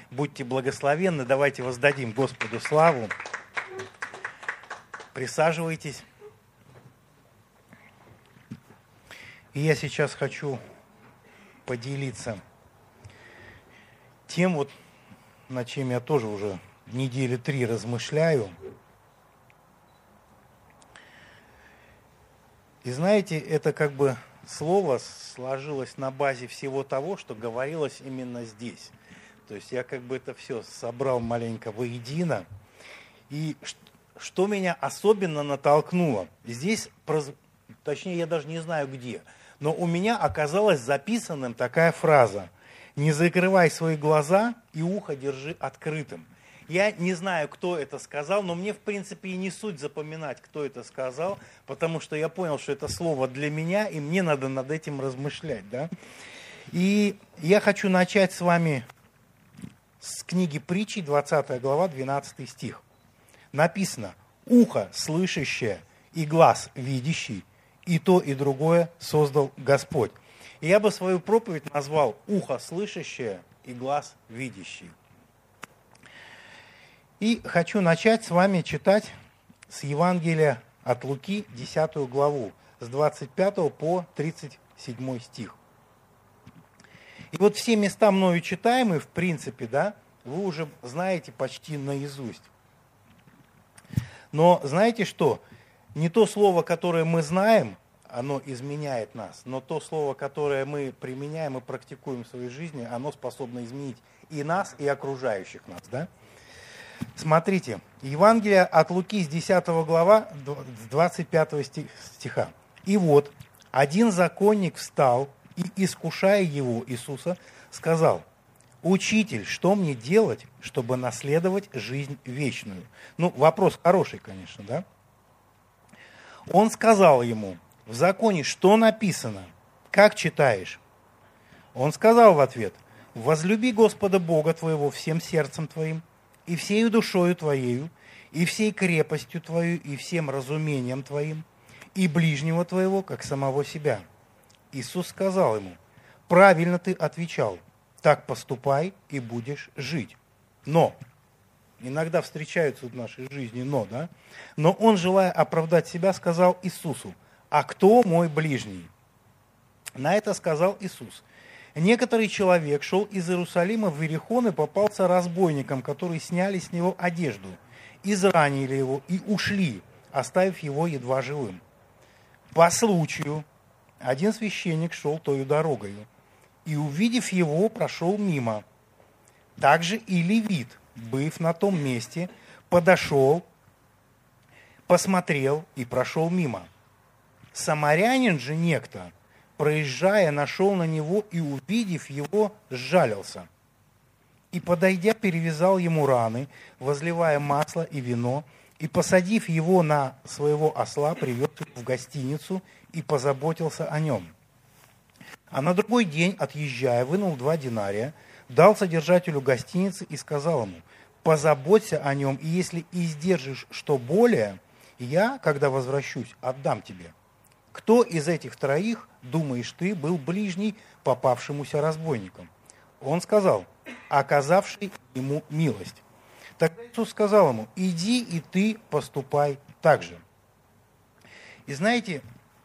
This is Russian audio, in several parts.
Будьте благословенны, давайте воздадим Господу славу. Присаживайтесь. И я сейчас хочу поделиться тем, вот, над чем я тоже уже недели 3 размышляю. И знаете, это как бы слово сложилось на базе всего того, что говорилось именно здесь. То есть я как бы это все собрал маленько воедино. И что меня особенно натолкнуло, здесь, точнее я даже не знаю где, но у меня оказалась записанным такая фраза: «Не закрывай свои глаза и ухо держи открытым». Я не знаю, кто это сказал, но мне, в принципе, и не суть запоминать, кто это сказал, потому что я понял, что это слово для меня, и мне надо над этим размышлять. Да? И я хочу начать с вами с книги Притчи, 20 глава, 12 стих. Написано: «Ухо слышащее и глаз видящий, и то, и другое создал Господь». И я бы свою проповедь назвал «Ухо слышащее и глаз видящий». И хочу начать с вами читать с Евангелия от Луки, 10 главу, с 25 по 37 стих. И вот все места мною читаемые, в принципе, да, вы уже знаете почти наизусть. Но знаете что? Не то слово, которое мы знаем, оно изменяет нас, но то слово, которое мы применяем и практикуем в своей жизни, оно способно изменить и нас, и окружающих нас, да? Смотрите, Евангелие от Луки с 10 глава, с 25 стиха. «И вот, один законник встал и, искушая его, Иисуса, сказал: „Учитель, что мне делать, чтобы наследовать жизнь вечную?“» Ну, вопрос хороший, конечно, да? Он сказал ему: «В законе что написано? Как читаешь?» Он сказал в ответ: «Возлюби Господа Бога твоего всем сердцем твоим, и всею душою твоею, и всей крепостью твою, и всем разумением твоим, и ближнего твоего, как самого себя». Иисус сказал ему: «Правильно ты отвечал, так поступай, и будешь жить». Но, иногда встречаются в нашей жизни «но», да? Но он, желая оправдать себя, сказал Иисусу: «А кто мой ближний?» На это сказал Иисус: «Некоторый человек шел из Иерусалима в Иерихон и попался разбойникам, которые сняли с него одежду, изранили его и ушли, оставив его едва живым. По случаю один священник шел тою дорогою, и, увидев его, прошел мимо. Также и левит, быв на том месте, подошел, посмотрел и прошел мимо. Самарянин же некто, проезжая, нашел на него и, увидев его, сжалился. И, подойдя, перевязал ему раны, возливая масло и вино, и, посадив его на своего осла, привез его в гостиницу и позаботился о нем. А на другой день, отъезжая, вынул 2 динария, дал содержателю гостиницы и сказал ему: «Позаботься о нем, и если издержишь что более, я, когда возвращусь, отдам тебе». Кто из этих 3, думаешь ты, был ближний попавшемуся разбойникам? Он сказал: оказавший ему милость. Тогда Иисус сказал ему: иди и ты поступай так же. И знаете,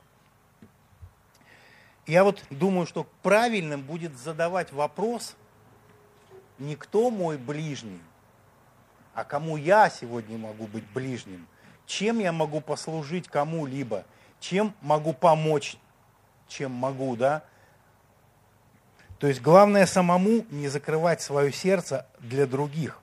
я вот думаю, что правильным будет задавать вопрос не кто мой ближний, а кому я сегодня могу быть ближним, чем я могу послужить кому-либо, чем могу помочь, чем могу, да? То есть главное самому не закрывать свое сердце для других.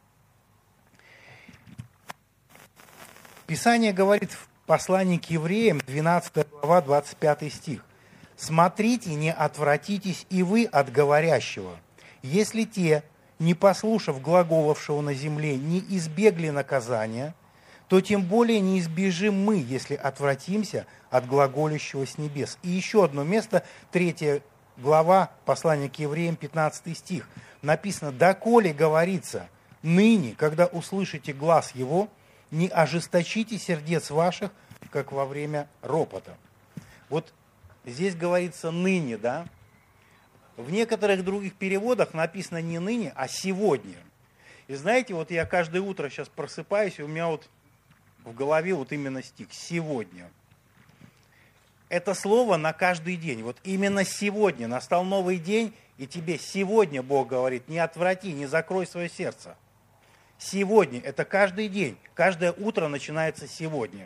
Писание говорит в послании к евреям, 12 глава, 25 стих: «Смотрите, не отвратитесь и вы от говорящего. Если те, не послушав глаголовшего на земле, не избегли наказания, то тем более не избежим мы, если отвратимся от глаголящего с небес». И еще одно место, 3 глава, послания к евреям, 15 стих. Написано: «Доколе, говорится, ныне, когда услышите глас его, не ожесточите сердец ваших, как во время ропота». Вот здесь говорится «ныне», да? В некоторых других переводах написано не ныне, а сегодня. И знаете, вот я каждое утро сейчас просыпаюсь, и у меня вот в голове вот именно стих «сегодня». Это слово на каждый день. Вот именно сегодня настал новый день, и тебе сегодня Бог говорит, не отврати, не закрой свое сердце. Сегодня, это каждый день, каждое утро начинается сегодня.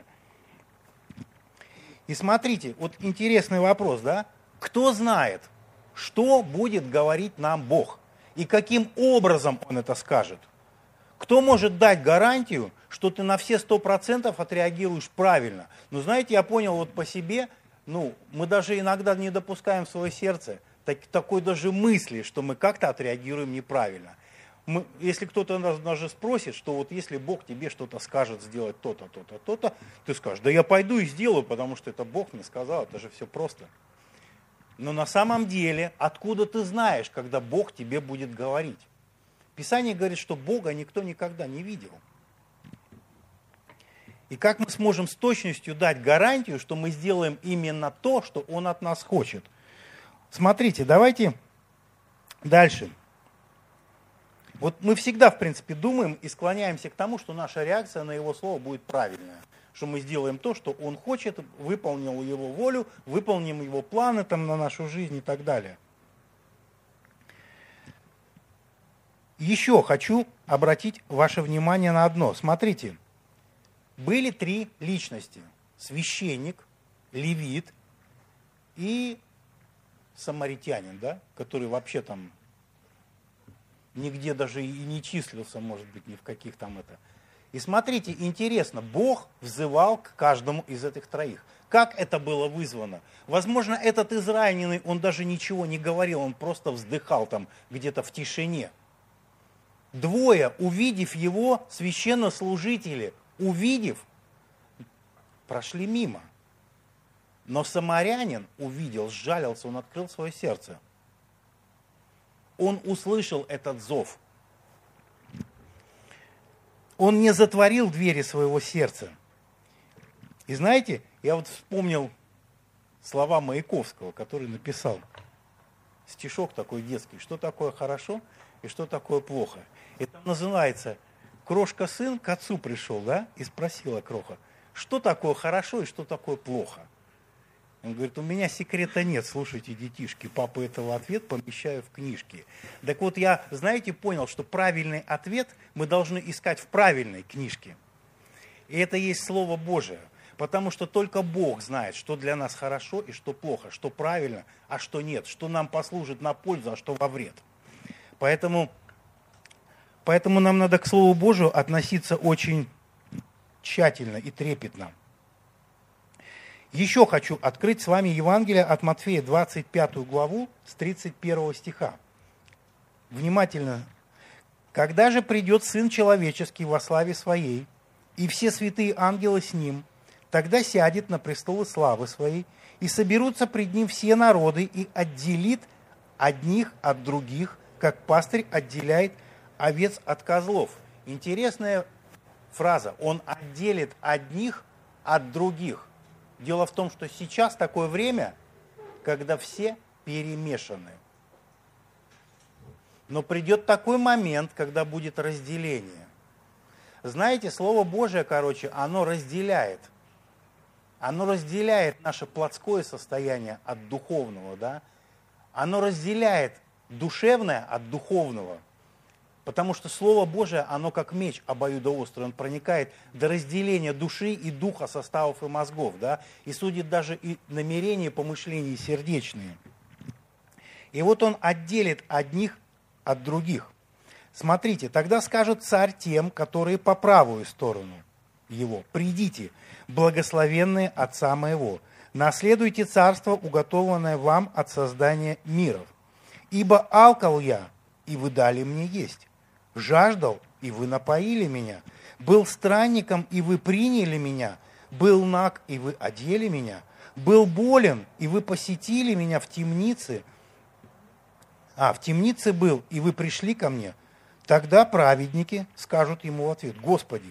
И смотрите, вот интересный вопрос, да? Кто знает, что будет говорить нам Бог? И каким образом Он это скажет? Кто может дать гарантию, что ты на все 100% отреагируешь правильно? Ну, знаете, я понял вот по себе, мы даже иногда не допускаем в свое сердце такой даже мысли, что мы как-то отреагируем неправильно. Если кто-то нас даже спросит, что вот если Бог тебе что-то скажет сделать то-то, то-то, то-то, ты скажешь, да я пойду и сделаю, потому что это Бог мне сказал, это же все просто. Но на самом деле, откуда ты знаешь, когда Бог тебе будет говорить? Писание говорит, что Бога никто никогда не видел. И как мы сможем с точностью дать гарантию, что мы сделаем именно то, что Он от нас хочет? Смотрите, давайте дальше. Вот мы всегда, в принципе, думаем и склоняемся к тому, что наша реакция на Его Слово будет правильная. Что мы сделаем то, что Он хочет, выполним Его волю, выполним Его планы на нашу жизнь и так далее. Еще хочу обратить ваше внимание на одно. Смотрите, были 3 личности. Священник, левит и самаритянин, да, который вообще там нигде даже и не числился, может быть, ни в каких там это. И смотрите, интересно, Бог взывал к каждому из этих 3. Как это было вызвано? Возможно, этот израильтянин, он даже ничего не говорил, он просто вздыхал там где-то в тишине. 2, увидев его, священнослужители, увидев, прошли мимо. Но самарянин увидел, сжалился, он открыл свое сердце. Он услышал этот зов. Он не затворил двери своего сердца. И знаете, я вот вспомнил слова Маяковского, который написал стишок такой детский, что такое хорошо и что такое плохо. Это называется «Крошка-сын к отцу пришел», да, и спросила Кроха, что такое хорошо и что такое плохо. Он говорит, у меня секрета нет, слушайте, детишки, папа этого ответ помещаю в книжке. Так вот, я, знаете, понял, что правильный ответ мы должны искать в правильной книжке. И это есть Слово Божие, потому что только Бог знает, что для нас хорошо и что плохо, что правильно, а что нет, что нам послужит на пользу, а что во вред. Поэтому нам надо к Слову Божию относиться очень тщательно и трепетно. Еще хочу открыть с вами Евангелие от Матфея, 25 главу, с 31 стиха. Внимательно. «Когда же придет Сын Человеческий во славе Своей, и все святые ангелы с Ним, тогда сядет на престолы славы Своей, и соберутся пред Ним все народы, и отделит одних от других, как пастырь отделяет овец от козлов». Интересная фраза. Он отделит одних от других. Дело в том, что сейчас такое время, когда все перемешаны. Но придет такой момент, когда будет разделение. Знаете, Слово Божие, оно разделяет. Оно разделяет наше плотское состояние от духовного, да? Оно разделяет душевное от духовного. Потому что Слово Божие, оно как меч обоюдоострый, он проникает до разделения души и духа, составов и мозгов, да, и судит даже и намерения, помышления сердечные. И вот он отделит одних от других. Смотрите, тогда скажет царь тем, которые по правую сторону его: «Придите, благословенные Отца моего, наследуйте царство, уготованное вам от создания миров. Ибо алкал я, и вы дали мне есть. Жаждал, и вы напоили меня. Был странником, и вы приняли меня. Был наг, и вы одели меня. Был болен, и вы посетили меня в темнице. В темнице был, и вы пришли ко мне». Тогда праведники скажут ему в ответ: «Господи,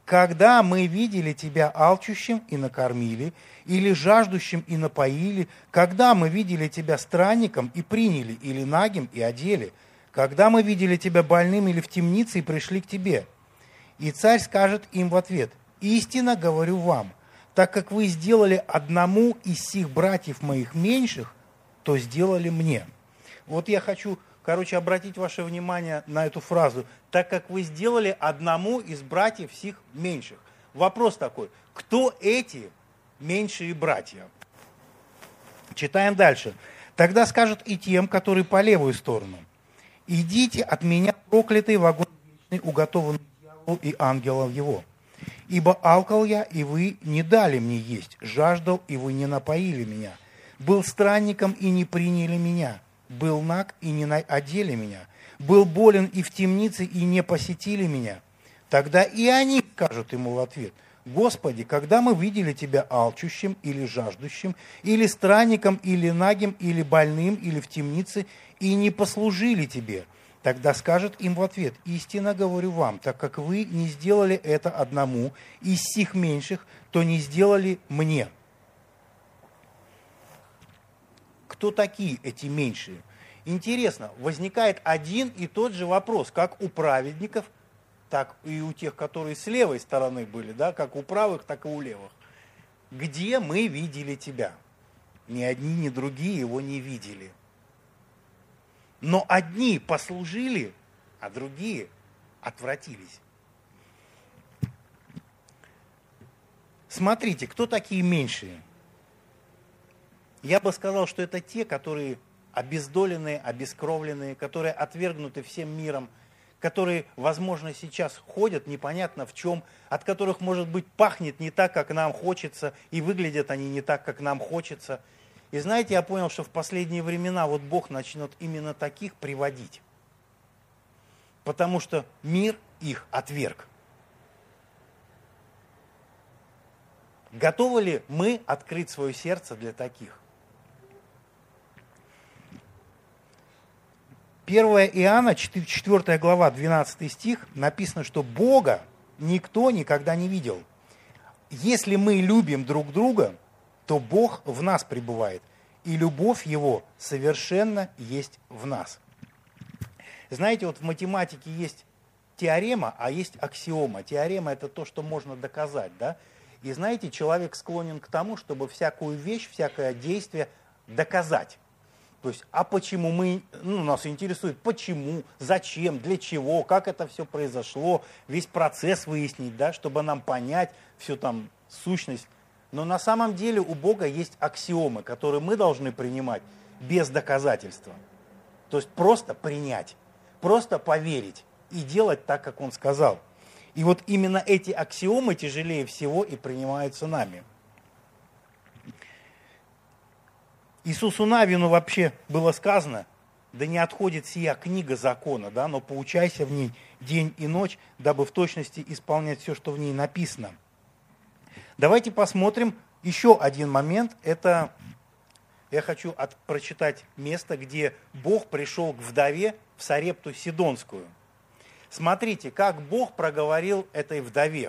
когда мы видели тебя алчущим и накормили, или жаждущим и напоили, когда мы видели тебя странником и приняли, или нагим и одели, когда мы видели тебя больным или в темнице и пришли к тебе. И царь скажет им в ответ: истинно говорю вам, так как вы сделали одному из сих братьев моих меньших, то сделали мне. Вот я хочу, обратить ваше внимание на эту фразу. Так как вы сделали одному из братьев сих меньших. Вопрос такой: кто эти меньшие братья? Читаем дальше. Тогда скажет и тем, которые по левую сторону: идите от меня, проклятый, в огонь вечный, уготованный дьяволу и ангелам его. Ибо алкал я, и вы не дали мне есть, жаждал, и вы не напоили меня, был странником, и не приняли меня, был наг, и не одели меня, был болен и в темнице, и не посетили меня. Тогда и они скажут ему в ответ: Господи, когда мы видели тебя алчущим или жаждущим, или странником, или нагим, или больным, или в темнице, и не послужили тебе? Тогда скажет им в ответ: истинно говорю вам, так как вы не сделали это одному из сих меньших, то не сделали мне. Кто такие эти меньшие? Интересно, возникает один и тот же вопрос, как у праведников, так и у тех, которые с левой стороны были, да, как у правых, так и у левых. Где мы видели тебя? Ни одни, ни другие его не видели. Но одни послужили, а другие отвратились. Смотрите, кто такие меньшие? Я бы сказал, что это те, которые обездоленные, обескровленные, которые отвергнуты всем миром, которые, возможно, сейчас ходят непонятно в чем, от которых, может быть, пахнет не так, как нам хочется, и выглядят они не так, как нам хочется. И знаете, я понял, что в последние времена вот Бог начнет именно таких приводить, потому что мир их отверг. Готовы ли мы открыть свое сердце для таких? 1 Иоанна, 4 глава, 12 стих, написано, что Бога никто никогда не видел. Если мы любим друг друга, то Бог в нас пребывает, и любовь Его совершенно есть в нас. Знаете, вот в математике есть теорема, а есть аксиома. Теорема – это то, что можно доказать, да? И знаете, человек склонен к тому, чтобы всякую вещь, всякое действие доказать. То есть, а почему нас интересует, почему, зачем, для чего, как это все произошло, весь процесс выяснить, да, чтобы нам понять всю там сущность. Но на самом деле у Бога есть аксиомы, которые мы должны принимать без доказательства. То есть просто принять, просто поверить и делать так, как Он сказал. И вот именно эти аксиомы тяжелее всего и принимаются нами. Иисусу Навину вообще было сказано: да не отходит сия книга закона, да, но поучайся в ней день и ночь, дабы в точности исполнять все, что в ней написано. Давайте посмотрим еще один момент. Это я хочу прочитать место, где Бог пришел к вдове в Сарепту Сидонскую. Смотрите, как Бог проговорил этой вдове.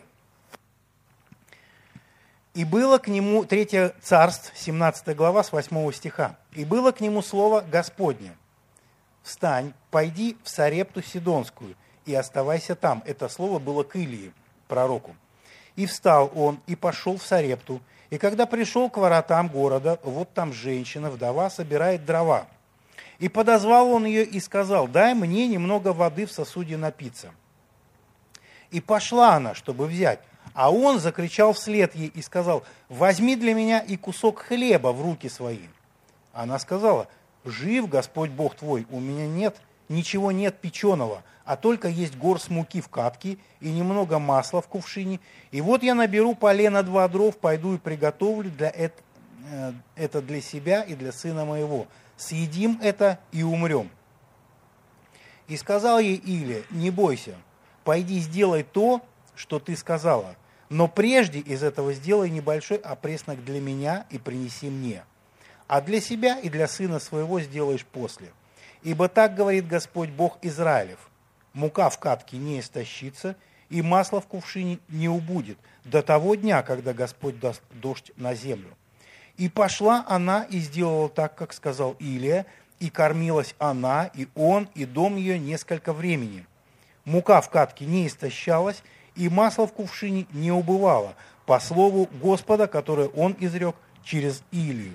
И было к нему, 3 Царств, 17 глава, с 8 стиха. И было к нему слово Господне: встань, пойди в Сарепту Сидонскую и оставайся там. Это слово было к Илии, пророку. И встал он, и пошел в Сарепту. И когда пришел к воротам города, вот там женщина, вдова, собирает дрова. И подозвал он ее и сказал: дай мне немного воды в сосуде напиться. И пошла она, чтобы взять. А он закричал вслед ей и сказал: возьми для меня и кусок хлеба в руки свои. Она сказала: жив Господь Бог твой, у меня ничего нет печеного, а только есть горсть муки в катке и немного масла в кувшине. И вот я наберу полено 2 дров, пойду и приготовлю это для себя и для сына моего. Съедим это и умрем. И сказал ей Илия: не бойся, пойди сделай то, что ты сказала, но прежде из этого сделай небольшой опреснок для меня и принеси мне. А для себя и для сына своего сделаешь после. Ибо так говорит Господь Бог Израилев: мука в катке не истощится, и масла в кувшине не убудет до того дня, когда Господь даст дождь на землю. И пошла она и сделала так, как сказал Илия, и кормилась она, и он, и дом ее несколько времени. Мука в катке не истощалась, и масло в кувшине не убывало, по слову Господа, которое он изрек через Илию.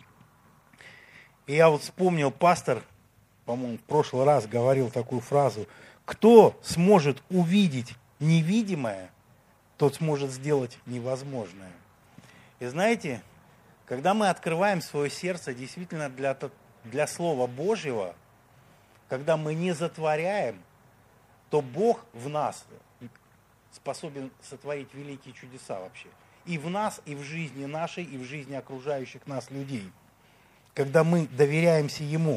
И я вот вспомнил, пастор, по-моему, в прошлый раз говорил такую фразу: кто сможет увидеть невидимое, тот сможет сделать невозможное. И знаете, когда мы открываем свое сердце действительно для Слова Божьего, когда мы не затворяем, то Бог в нас способен сотворить великие чудеса вообще. И в нас, и в жизни нашей, и в жизни окружающих нас людей. Когда мы доверяемся Ему.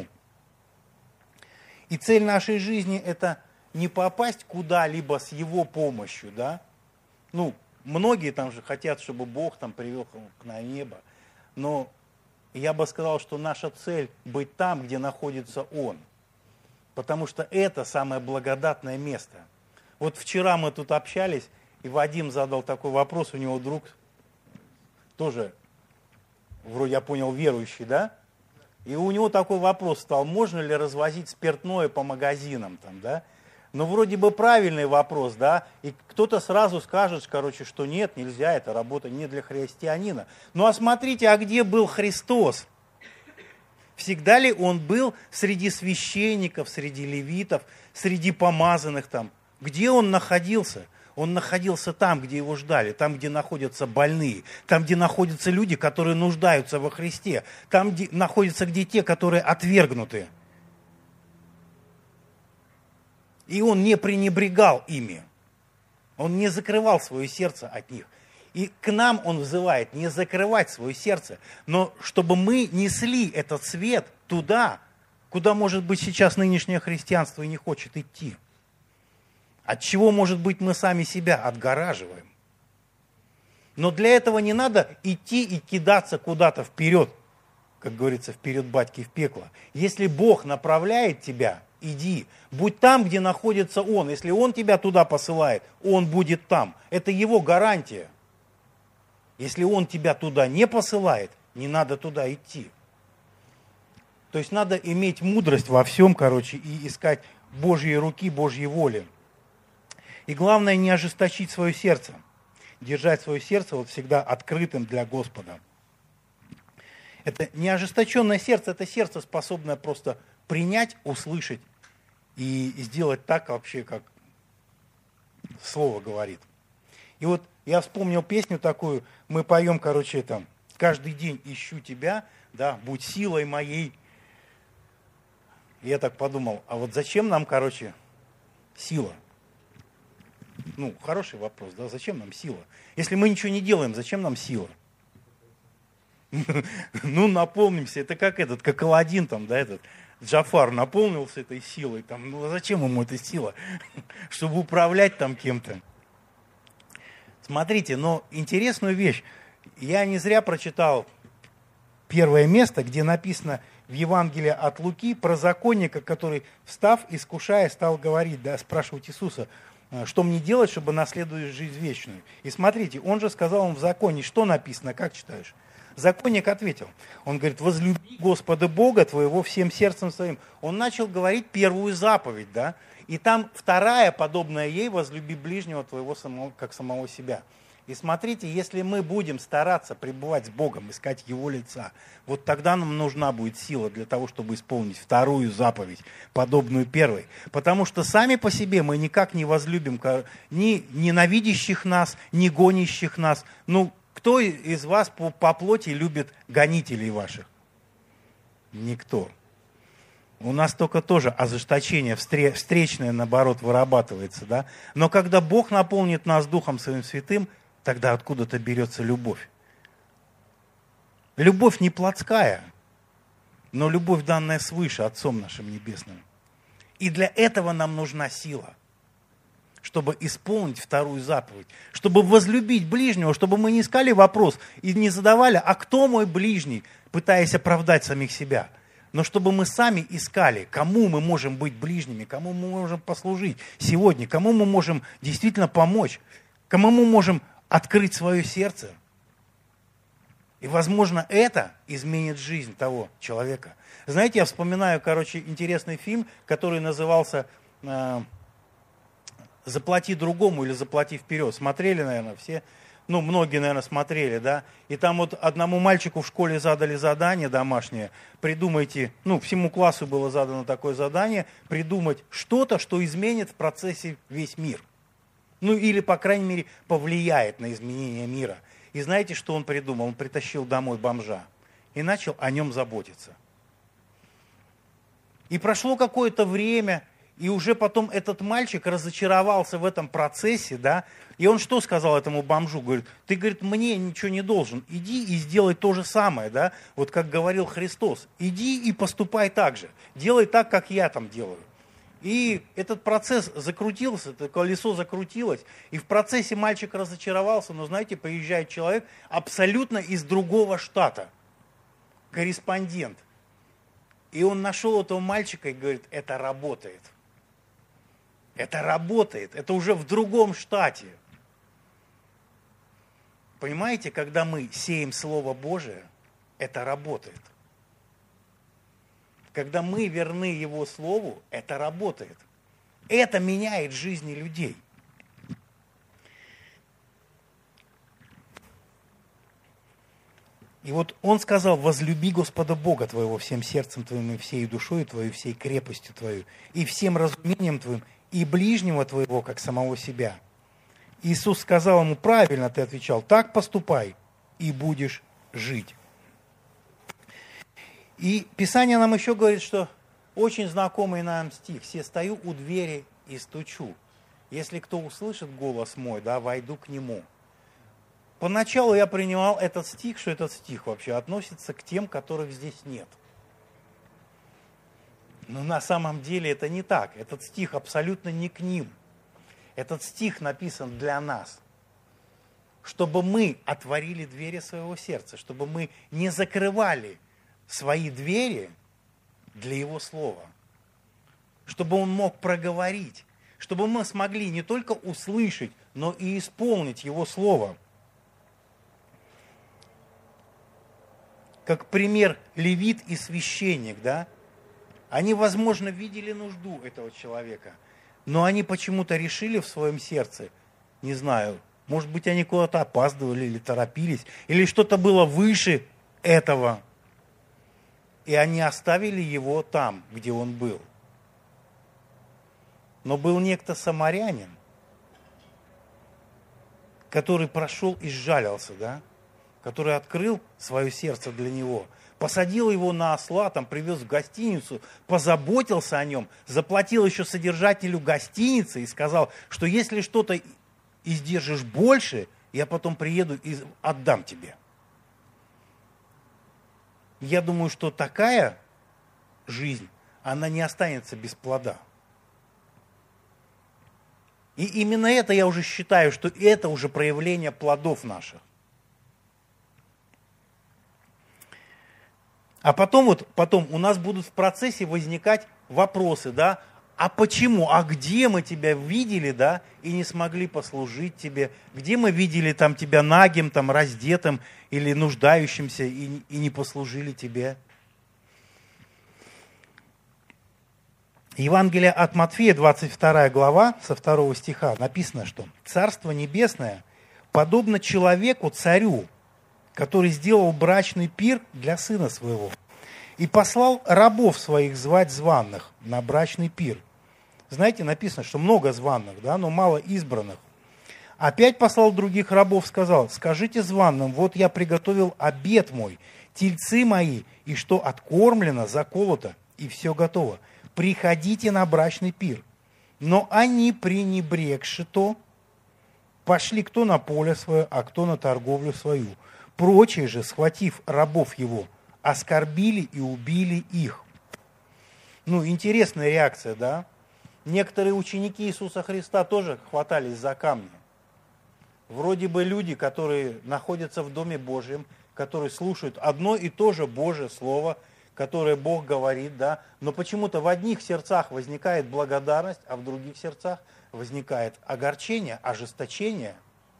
И цель нашей жизни – это не попасть куда-либо с Его помощью, да? Ну, многие там же хотят, чтобы Бог там привел их на небо. Но я бы сказал, что наша цель – быть там, где находится Он. Потому что это самое благодатное место. Вот вчера мы тут общались, и Вадим задал такой вопрос, у него друг тоже, вроде я понял, верующий, да? И у него такой вопрос стал: можно ли развозить спиртное по магазинам там, да? Ну, вроде бы правильный вопрос, да? И кто-то сразу скажет, короче, что нет, нельзя, это работа не для христианина. Ну, а смотрите, а где был Христос? Всегда ли Он был среди священников, среди левитов, среди помазанных там? Где Он находился? Он находился там, где Его ждали, там, где находятся больные, там, где находятся люди, которые нуждаются во Христе, там, где находятся те, которые отвергнуты. И Он не пренебрегал ими. Он не закрывал свое сердце от них. И к нам Он взывает не закрывать свое сердце, но чтобы мы несли этот свет туда, куда, может быть, сейчас нынешнее христианство и не хочет идти. От чего, может быть, мы сами себя отгораживаем. Но для этого не надо идти и кидаться куда-то вперед, как говорится, вперед батьки в пекло. Если Бог направляет тебя, иди. Будь там, где находится Он. Если Он тебя туда посылает, Он будет там. Это Его гарантия. Если Он тебя туда не посылает, не надо туда идти. То есть надо иметь мудрость во всем, короче, и искать Божьей руки, Божьей воли. И главное, не ожесточить свое сердце. Держать свое сердце вот всегда открытым для Господа. Это не ожесточенное сердце, это сердце, способное просто принять, услышать и сделать так вообще, как Слово говорит. И вот я вспомнил песню такую, мы поем, короче, там: каждый день ищу тебя, да, будь силой моей. И я так подумал, а вот зачем нам, короче, сила? Ну, хороший вопрос, да, зачем нам сила? Если мы ничего не делаем, зачем нам сила? Ну, наполнимся, это как Аладдин там, да, этот Джафар наполнился этой силой, там, ну, зачем ему эта сила? Чтобы управлять там кем-то. Смотрите, но интересную вещь, я не зря прочитал первое место, где написано в Евангелии от Луки про законника, который, встав, искушая, стал говорить, да, спрашивать Иисуса: что мне делать, чтобы наследовать жизнь вечную? И смотрите, он же сказал им в законе, что написано, как читаешь? Законник ответил, он говорит: возлюби Господа Бога твоего всем сердцем своим. Он начал говорить первую заповедь, да, и там вторая, подобная ей: возлюби ближнего твоего самого, как самого себя. И смотрите, если мы будем стараться пребывать с Богом, искать Его лица, вот тогда нам нужна будет сила для того, чтобы исполнить вторую заповедь, подобную первой. Потому что сами по себе мы никак не возлюбим ни ненавидящих нас, ни гонящих нас. Ну, кто из вас по плоти любит гонителей ваших? Никто. У нас только тоже ожесточение встречное, наоборот, вырабатывается, да? Но когда Бог наполнит нас Духом Своим Святым, тогда откуда-то берется любовь. Любовь не плотская, но любовь, данная свыше Отцом нашим Небесным. И для этого нам нужна сила, чтобы исполнить вторую заповедь, чтобы возлюбить ближнего, чтобы мы не искали вопрос и не задавали: а кто мой ближний, пытаясь оправдать самих себя. но чтобы мы сами искали, кому мы можем быть ближними, кому мы можем послужить сегодня, кому мы можем действительно помочь, кому мы можем открыть свое сердце. И, возможно, это изменит жизнь того человека. Знаете, я вспоминаю, интересный фильм, который назывался «Заплати другому» или «Заплати вперед». Смотрели, наверное, все? Многие, наверное, смотрели, да? И там вот одному мальчику в школе задали задание домашнее. Придумайте, всему классу было задано такое задание, придумать что-то, что изменит в процессе весь мир. Или, по крайней мере, повлияет на изменение мира. И знаете, что он придумал? Он притащил домой бомжа и начал о нем заботиться. И прошло какое-то время, и уже потом этот мальчик разочаровался в этом процессе, да, и он что сказал этому бомжу? Говорит, ты, говорит, мне ничего не должен, иди и сделай то же самое, да, вот как говорил Христос, иди и поступай так же, делай так, как я там делаю. И этот процесс закрутился, это колесо закрутилось, и в процессе мальчик разочаровался, но знаете, приезжает человек абсолютно из другого штата, корреспондент. И он нашел этого мальчика и говорит, это работает. Это работает, это уже в другом штате. Понимаете, когда мы сеем Слово Божие, это работает. Когда мы верны Его Слову, это работает. Это меняет жизни людей. И вот он сказал, возлюби Господа Бога твоего всем сердцем твоим, и всей душой твоей, всей крепостью твою, и всем разумением твоим, и ближнего твоего, как самого себя. Иисус сказал ему, правильно ты отвечал, так поступай, и будешь жить. И Писание нам еще говорит, что очень знакомый нам стих. «Се стою у двери и стучу. Если кто услышит голос мой, да, войду к нему». Поначалу я принимал этот стих, что этот стих вообще относится к тем, которых здесь нет. Но на самом деле это не так. Этот стих абсолютно не к ним. Этот стих написан для нас. Чтобы мы отворили двери своего сердца, чтобы мы не закрывали свои двери для Его Слова, чтобы Он мог проговорить, чтобы мы смогли не только услышать, но и исполнить Его Слово. Как пример левит и священник, да? Они, возможно, видели нужду этого человека, но они почему-то решили в своем сердце, не знаю, может быть, они куда-то опаздывали или торопились, или что-то было выше этого, и они оставили его там, где он был. Но был некто самарянин, который прошел и сжалился, да? Который открыл свое сердце для него, посадил его на осла, там привез в гостиницу, позаботился о нем, заплатил еще содержателю гостиницы и сказал, что если что-то издержишь больше, я потом приеду и отдам тебе. Я думаю, что такая жизнь, она не останется без плода. И именно это я уже считаю, что это уже проявление плодов наших. А потом у нас будут в процессе возникать вопросы, да, а почему, а где мы тебя видели, да, и не смогли послужить тебе, где мы видели там тебя нагим, там раздетым или нуждающимся и не послужили тебе. Евангелие от Матфея, 22 глава, со 2 стиха написано, что «Царство небесное подобно человеку, царю, который сделал брачный пир для сына своего, и послал рабов своих звать званых на брачный пир». Знаете, написано, что много званых, да, но мало избранных. Опять послал других рабов, сказал, скажите званым, вот я приготовил обед мой, тельцы мои, и что откормлено, заколото, и все готово. Приходите на брачный пир. Но они, пренебрегши то, пошли кто на поле свое, а кто на торговлю свою. Прочие же, схватив рабов его, оскорбили и убили их. Интересная реакция, да? Некоторые ученики Иисуса Христа тоже хватались за камни. Вроде бы люди, которые находятся в Доме Божьем, которые слушают одно и то же Божье Слово, которые Бог говорит, да, но почему-то в одних сердцах возникает благодарность, а в других сердцах возникает огорчение, ожесточение.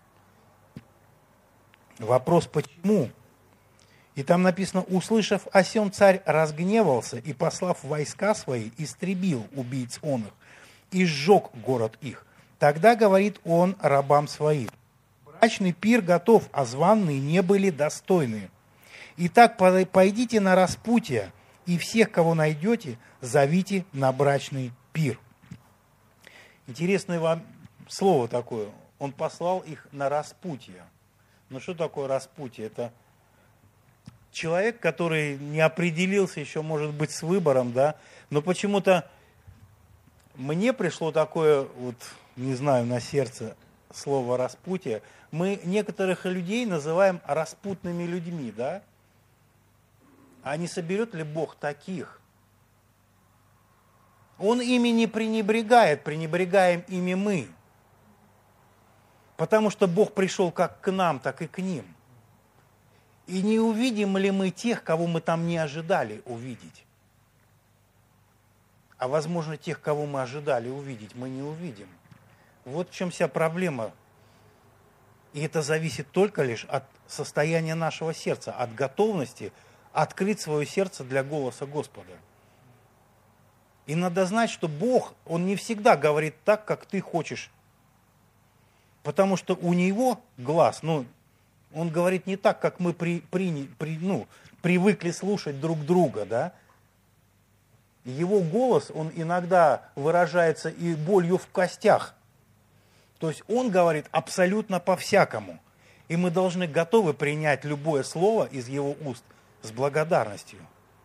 Вопрос, почему? И там написано: услышав о сем, царь разгневался и, послав войска свои, истребил убийц он их и сжег город их. Тогда говорит он рабам своим: брачный пир готов, а званые не были достойны. Итак, пойдите на распутье, и всех, кого найдете, зовите на брачный пир. Интересное вам слово такое. Он послал их на распутье. Ну что такое распутье? Это человек, который не определился еще, может быть, с выбором, да, но почему-то мне пришло такое, вот, не знаю, на сердце слово распутье. Мы некоторых людей называем распутными людьми, да? А не соберет ли Бог таких? Он ими не пренебрегает, пренебрегаем ими мы. Потому что Бог пришел как к нам, так и к ним. И не увидим ли мы тех, кого мы там не ожидали увидеть? А возможно, тех, кого мы ожидали увидеть, мы не увидим. Вот в чем вся проблема. И это зависит только лишь от состояния нашего сердца, от готовности открыть свое сердце для голоса Господа. И надо знать, что Бог, Он не всегда говорит так, как ты хочешь. Потому что у Него глаз, Он говорит не так, как мы привыкли слушать друг друга, да. Его голос, он иногда выражается и болью в костях. То есть Он говорит абсолютно по-всякому. И мы должны готовы принять любое слово из Его уст с благодарностью.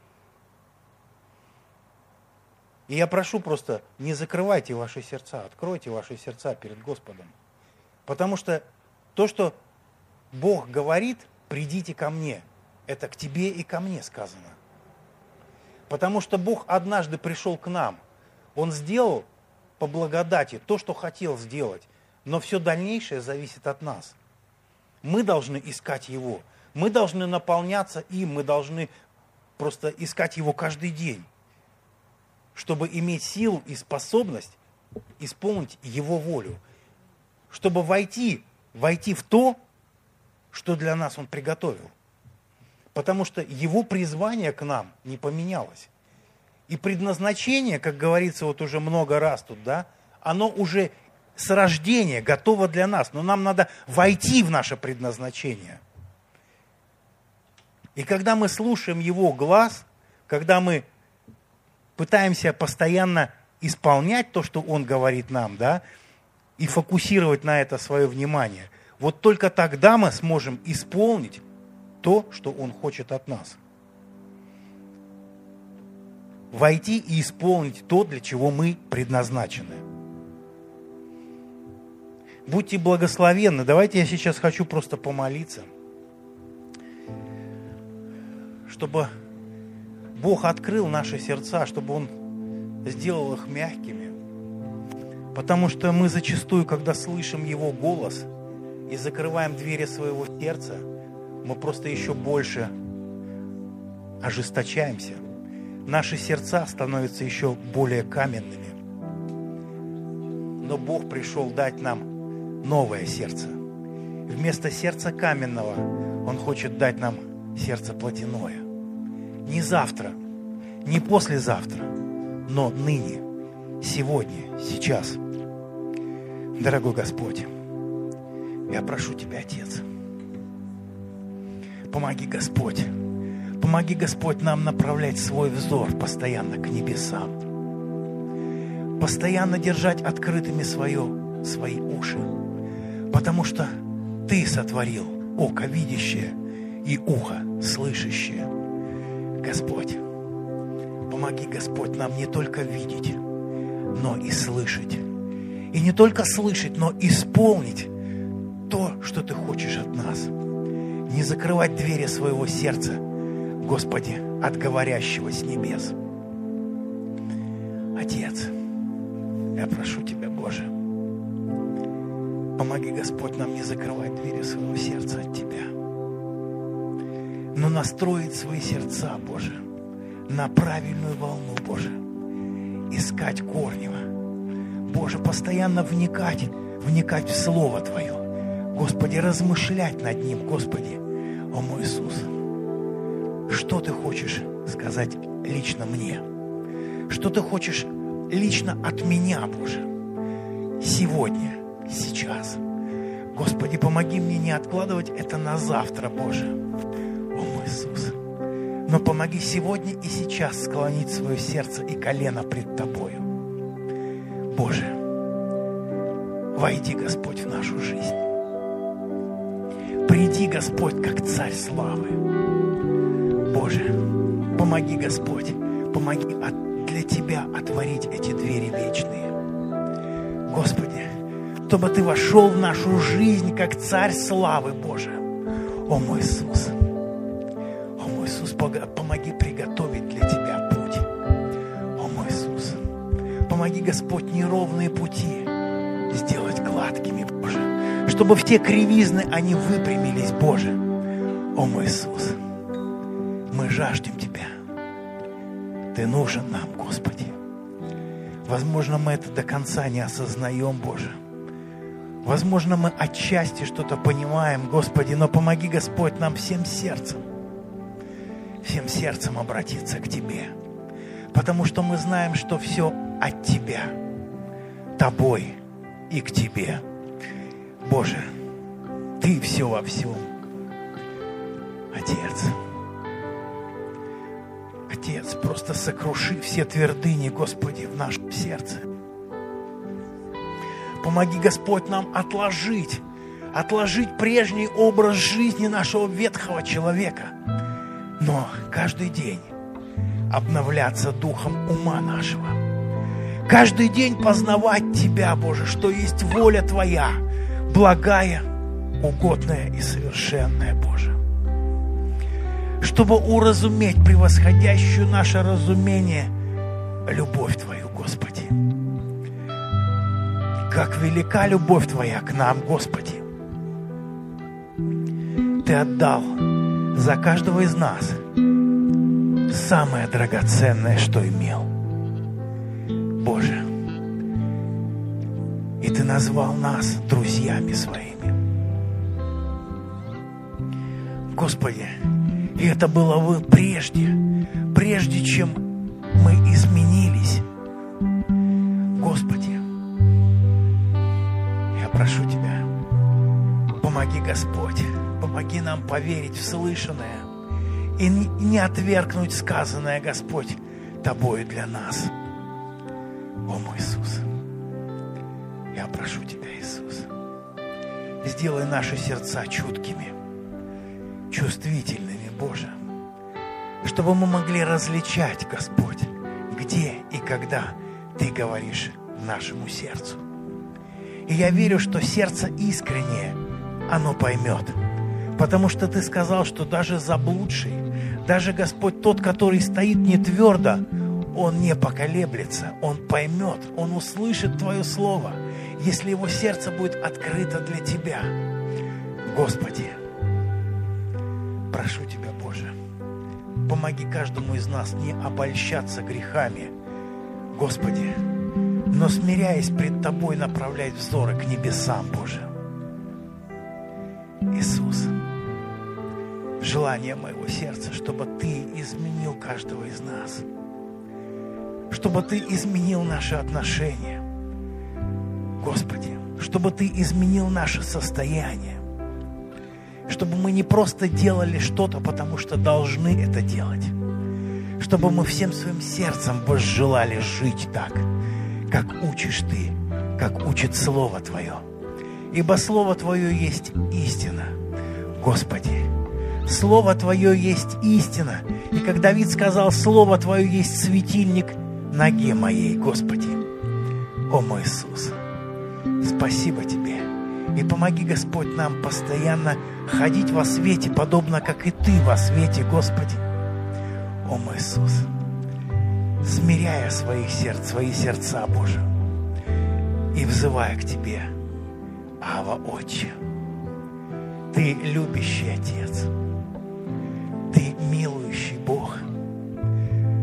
И я прошу просто, не закрывайте ваши сердца, откройте ваши сердца перед Господом. Потому что то, что Бог говорит: придите ко мне, это к тебе и ко мне сказано. Потому что Бог однажды пришел к нам. Он сделал по благодати то, что хотел сделать. Но все дальнейшее зависит от нас. Мы должны искать Его. Мы должны наполняться им. Мы должны просто искать Его каждый день, чтобы иметь силу и способность исполнить Его волю. Чтобы войти в то, что для нас Он приготовил. Потому что Его призвание к нам не поменялось. И предназначение, как говорится вот уже много раз тут, да, оно уже с рождения готово для нас. Но нам надо войти в наше предназначение. И когда мы слушаем Его глаз, когда мы пытаемся постоянно исполнять то, что Он говорит нам, да, и фокусировать на это свое внимание, вот только тогда мы сможем исполнить то, что Он хочет от нас. Войти и исполнить то, для чего мы предназначены. Будьте благословенны. Давайте я сейчас хочу просто помолиться, чтобы Бог открыл наши сердца, чтобы Он сделал их мягкими. Потому что мы зачастую, когда слышим Его голос и закрываем двери своего сердца, мы просто еще больше ожесточаемся. Наши сердца становятся еще более каменными. Но Бог пришел дать нам новое сердце. Вместо сердца каменного Он хочет дать нам сердце плотяное. Не завтра, не послезавтра, но ныне, сегодня, сейчас. Дорогой Господь, я прошу Тебя, Отец, помоги, Господь. Помоги, Господь, нам направлять свой взор постоянно к небесам. Постоянно держать открытыми свои уши. Потому что Ты сотворил око видящее и ухо слышащее. Господь, помоги, Господь, нам не только видеть, но и слышать. И не только слышать, но исполнить то, что Ты хочешь от нас. Не закрывать двери своего сердца, Господи, от говорящего с небес. Отец, я прошу Тебя, Боже, помоги, Господь, нам не закрывать двери своего сердца от Тебя, но настроить свои сердца, Боже, на правильную волну, Боже. Искать корнево. Боже, постоянно вникать в Слово Твое. Господи, размышлять над ним, Господи. О мой Иисус, что Ты хочешь сказать лично мне? Что Ты хочешь лично от меня, Боже? Сегодня, сейчас. Господи, помоги мне не откладывать это на завтра, Боже. О мой Иисус. Но помоги сегодня и сейчас склонить свое сердце и колено пред Тобою. Боже, войди, Господь, в нашу жизнь. Приди, Господь, как Царь славы. Боже, помоги, Господь, помоги для Тебя отворить эти двери вечные. Господи, чтобы Ты вошел в нашу жизнь, как Царь славы, Боже. О мой Иисус, помоги приготовить для Тебя путь. О мой Иисус, помоги, Господь, неровные пути сделать гладкими, Боже. Чтобы все кривизны, они выпрямились, Боже. О мой Иисус, мы жаждем Тебя. Ты нужен нам, Господи. Возможно, мы это до конца не осознаем, Боже. Возможно, мы отчасти что-то понимаем, Господи, но помоги, Господь, нам всем сердцем обратиться к Тебе. Потому что мы знаем, что все от Тебя, Тобой и к Тебе. Боже, Ты все во всем. Отец, просто сокруши все твердыни, Господи, в нашем сердце. Помоги, Господь, нам отложить прежний образ жизни нашего ветхого человека, но каждый день обновляться духом ума нашего. Каждый день познавать Тебя, Боже, что есть воля Твоя, благая, угодная и совершенная, Боже. Чтобы уразуметь превосходящую наше разумение любовь Твою, Господи. Как велика любовь Твоя к нам, Господи. Ты отдал за каждого из нас самое драгоценное, что имел. Боже, и Ты назвал нас друзьями Своими. Господи, и это было прежде чем мы изменились. Господи, я прошу Тебя, помоги, Господь, помоги нам поверить в слышанное и не отвергнуть сказанное, Господь, Тобою для нас. О мой Иисус, я прошу Тебя, Иисус, сделай наши сердца чуткими, чувствительными, Боже, чтобы мы могли различать, Господь, где и когда Ты говоришь нашему сердцу. И я верю, что сердце искреннее, оно поймет, потому что Ты сказал, что даже заблудший, даже, Господь, тот, который стоит не твердо, он не поколеблется, он поймет, он услышит Твое Слово, если его сердце будет открыто для Тебя. Господи, прошу Тебя, Боже, помоги каждому из нас не обольщаться грехами, Господи, но, смиряясь пред Тобой, направлять взоры к небесам, Боже. Иисус, желание моего сердца, чтобы Ты изменил каждого из нас, чтобы Ты изменил наши отношения, Господи, чтобы Ты изменил наше состояние, чтобы мы не просто делали что-то, потому что должны это делать, чтобы мы всем своим сердцем возжелали жить так, как учишь Ты, как учит Слово Твое. Ибо Слово Твое есть истина. Господи, Слово Твое есть истина. И как Давид сказал, Слово Твое есть светильник ноге моей, Господи. О мой Иисус, спасибо Тебе. И помоги, Господь, нам постоянно ходить во свете, подобно как и Ты во свете, Господи. О мой Иисус, смиряя свои сердца, Боже, и взывая к Тебе, Ава, Отче, Ты любящий Отец, Ты милующий Бог,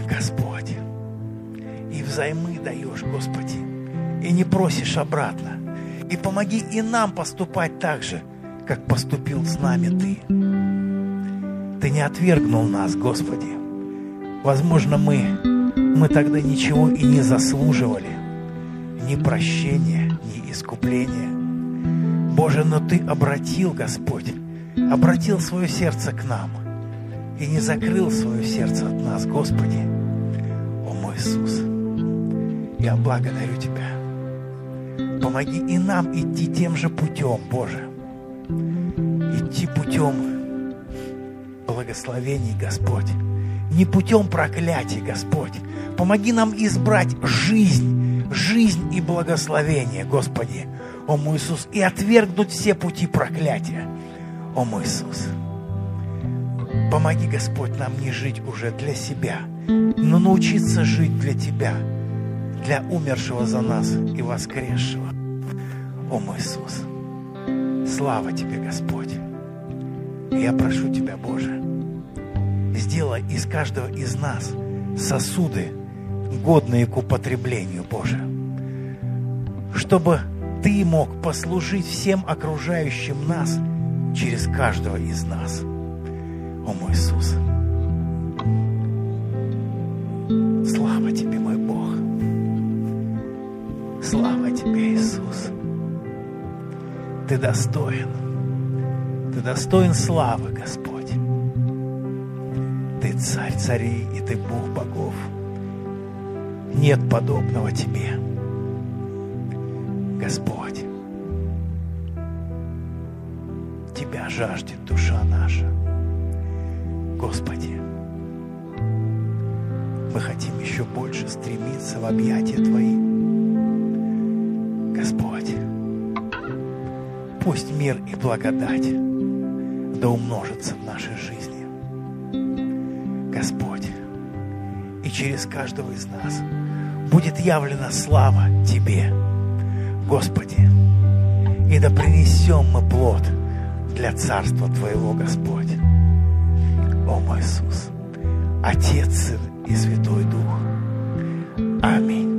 Господь. И взаймы даешь, Господи, и не просишь обратно. И помоги и нам поступать так же, как поступил с нами Ты. Ты не отвергнул нас, Господи. Возможно, мы тогда ничего и не заслуживали, ни прощения, ни искупления. Боже, но Ты обратил, Господь, обратил свое сердце к нам и не закрыл свое сердце от нас, Господи. О мой Иисус, я благодарю Тебя. Помоги и нам идти тем же путем, Боже. Идти путем благословений, Господь. Не путем проклятий, Господь. Помоги нам избрать жизнь и благословение, Господи. О мой Иисус, и отвергнуть все пути проклятия. О мой Иисус. Помоги, Господь, нам не жить уже для себя, но научиться жить для Тебя, для умершего за нас и воскресшего. О мой Иисус, слава Тебе, Господь. И я прошу Тебя, Боже, сделай из каждого из нас сосуды, годные к употреблению, Боже, чтобы Ты мог послужить всем окружающим нас через каждого из нас. О мой Иисус, слава Тебе, мой Бог. Слава Тебе, Иисус. Ты достоин славы, Господь. Ты Царь царей, и Ты Бог богов. Нет подобного Тебе, Господь. Тебя жаждет душа наша. Господи, мы хотим еще больше стремиться в объятия Твои. Господь, пусть мир и благодать да умножится в нашей жизни. Господь, и через каждого из нас будет явлена слава Тебе, Господи, и да принесем мы плод для Царства Твоего, Господь. О мой Иисус, Отец, Сын и Святой Дух. Аминь.